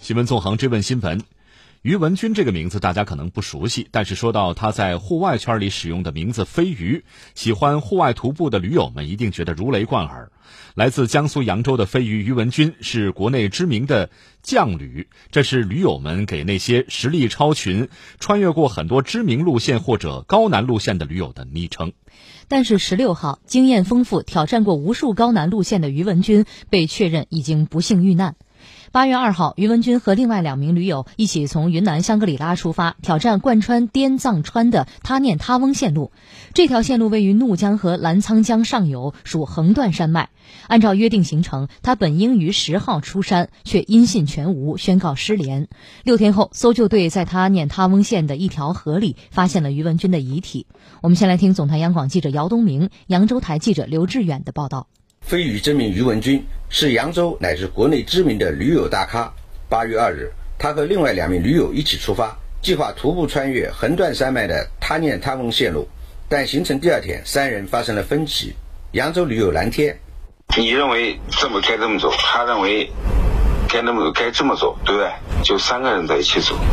新闻纵横追问新闻，于文军这个名字大家可能不熟悉，但是说到他在户外圈里使用的名字飞鱼，喜欢户外徒步的驴友们一定觉得如雷贯耳。来自江苏扬州的飞鱼于文军是国内知名的将驴，这是驴友们给那些实力超群、穿越过很多知名路线或者高难路线的驴友的昵称。 但是16号，经验丰富、挑战过无数高难路线的于文军被确认已经不幸遇难。8月2号，于文军和另外2名驴友一起从云南香格里拉出发，挑战贯穿滇藏川的他念他翁线路。这条线路位于怒江和澜沧江上游，属横断山脉。按照约定行程，他本应于10号出山，却音信全无，宣告失联。6天后，搜救队在他念他翁县的一条河里发现了于文军的遗体。我们先来听总台央广记者姚东明、扬州台记者刘志远的报道。 飞鱼真名于文军，是扬州乃至国内知名的驴友大咖。8月2日，他和另外2名驴友一起出发，计划徒步穿越横断山脉的他念他翁线路，但行程第2天，3人发生了分歧。扬州驴友蓝天， 你认为该这么走，他认为该这么走，对不对？就3个人在一起走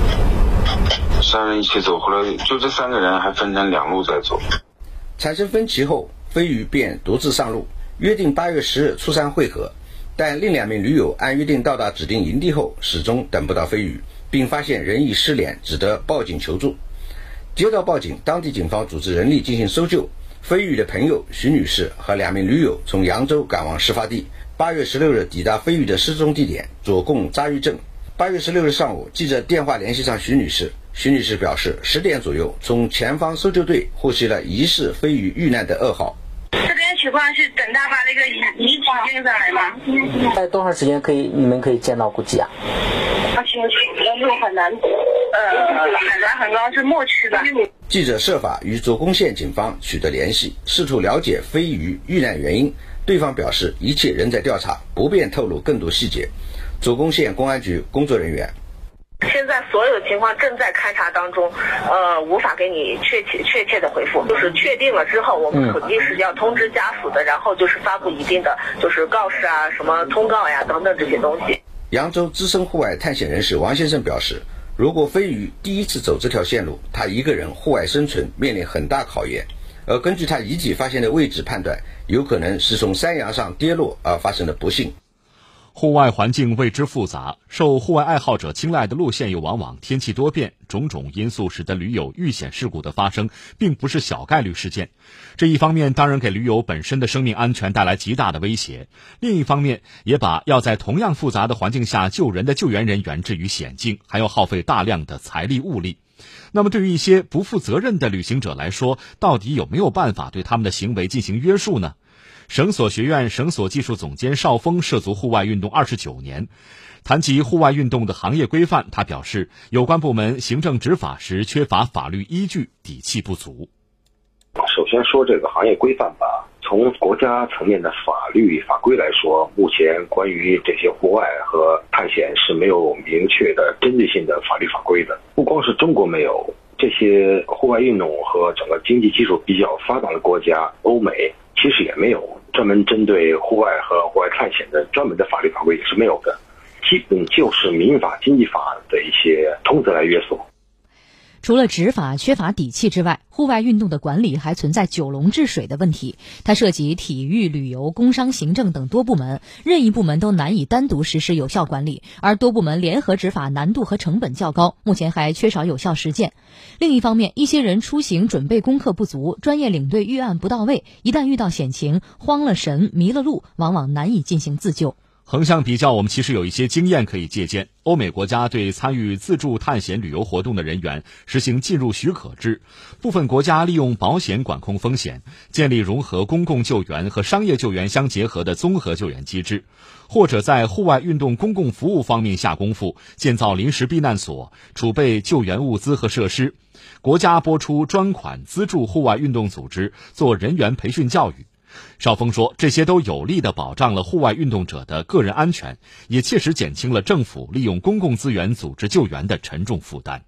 ，3人一起走，后来就这3个人还分成2路在走。 产生分歧后，飞鱼便独自上路，约定8月10日出山会合，但另2名驴友按约定到达指定营地后，始终等不到飞鱼，并发现人已失联，只得报警求助。接到报警，当地警方组织人力进行搜救。飞鱼的朋友徐女士和2名驴友从扬州赶往事发地，8月16日抵达飞鱼的失踪地点左贡扎峪镇。8月16日上午，记者电话联系上徐女士，徐女士表示10点左右从前方搜救队获悉了疑似飞鱼遇难的噩耗。 这边情况是等他把那个遗体运上来吗？ 在多长时间你们可以见到估计啊？ 路很难，很高，是牧区的。 记者设法与左贡县警方取得联系，试图了解飞鱼遇难原因，对方表示一切仍在调查，不便透露更多细节。左贡县公安局工作人员， 现在所有情况正在勘查当中，无法给你确切的回复。就是确定了之后，我们肯定是要通知家属的，然后就是发布一定的就是告示啊、什么通告呀等等这些东西。 扬州资深户外探险人士王先生表示，如果飞鱼第一次走这条线路，他一个人户外生存面临很大考验，而根据他遗体发现的位置判断，有可能是从山崖上跌落而发生的不幸。 户外环境未知复杂，受户外爱好者青睐的路线又往往天气多变，种种因素使得驴友遇险事故的发生并不是小概率事件。这一方面当然给驴友本身的生命安全带来极大的威胁，另一方面也把要在同样复杂的环境下救人的救援人员置于险境，还要耗费大量的财力物力。那么对于一些不负责任的旅行者来说，到底有没有办法对他们的行为进行约束呢？绳索学院绳索技术总监邵峰涉足户外运动29年，谈及户外运动的行业规范，他表示，有关部门行政执法时缺乏法律依据，底气不足。 首先说这个行业规范吧，从国家层面的法律法规来说，目前关于这些户外和探险是没有明确的针对性的法律法规的。不光是中国没有，这些户外运动和整个经济基础比较发达的国家，欧美其实也没有专门针对户外和户外探险的专门的法律法规，也是没有的，基本就是民法、经济法的一些通则来约束。 除了执法缺乏底气之外，户外运动的管理还存在九龙治水的问题。它涉及体育、旅游、工商、行政等多部门，任意部门都难以单独实施有效管理，而多部门联合执法难度和成本较高，目前还缺少有效实践。另一方面，一些人出行准备功课不足，专业领队预案不到位，一旦遇到险情，慌了神、迷了路，往往难以进行自救。 横向比较，我们其实有一些经验可以借鉴。欧美国家对参与自助探险旅游活动的人员实行进入许可制，部分国家利用保险管控风险，建立融合公共救援和商业救援相结合的综合救援机制，或者在户外运动公共服务方面下功夫，建造临时避难所，储备救援物资和设施。国家拨出专款资助户外运动组织做人员培训教育。邵峰说，这些都有力地保障了户外运动者的个人安全，也切实减轻了政府利用公共资源组织救援的沉重负担。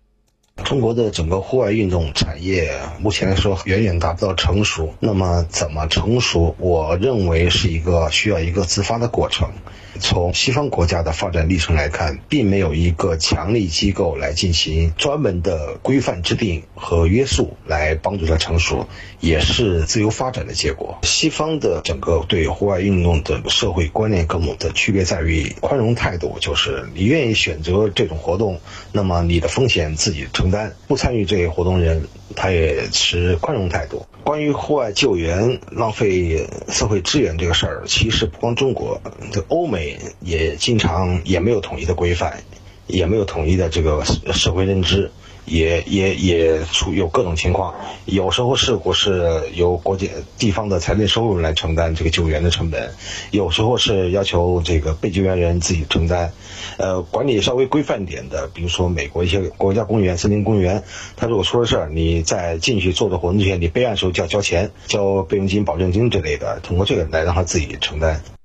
中国的整个户外运动产业目前来说远远达不到成熟，那么怎么成熟，我认为是需要一个自发的过程。从西方国家的发展历程来看，并没有一个强力机构来进行专门的规范制定和约束来帮助它成熟，也是自由发展的结果。西方的整个对户外运动的社会观念跟我们的区别在于宽容态度，就是你愿意选择这种活动，那么你的风险自己承担，不参与这些活动人他也持宽容态度。关于户外救援浪费社会资源这个事儿，其实不光中国，欧美也经常也没有统一的规范，也没有统一的这个社会认知，也有各种情况。有时候事故是由地方的财政收入来承担这个救援的成本，有时候是要求这个被救援人自己承担。管理稍微规范点的，比如说美国一些国家公园、森林公园，他如果出了事儿，你在进去做的活动之前，你备案时候就要交钱，交备用金、保证金之类的，通过这个来让他自己承担。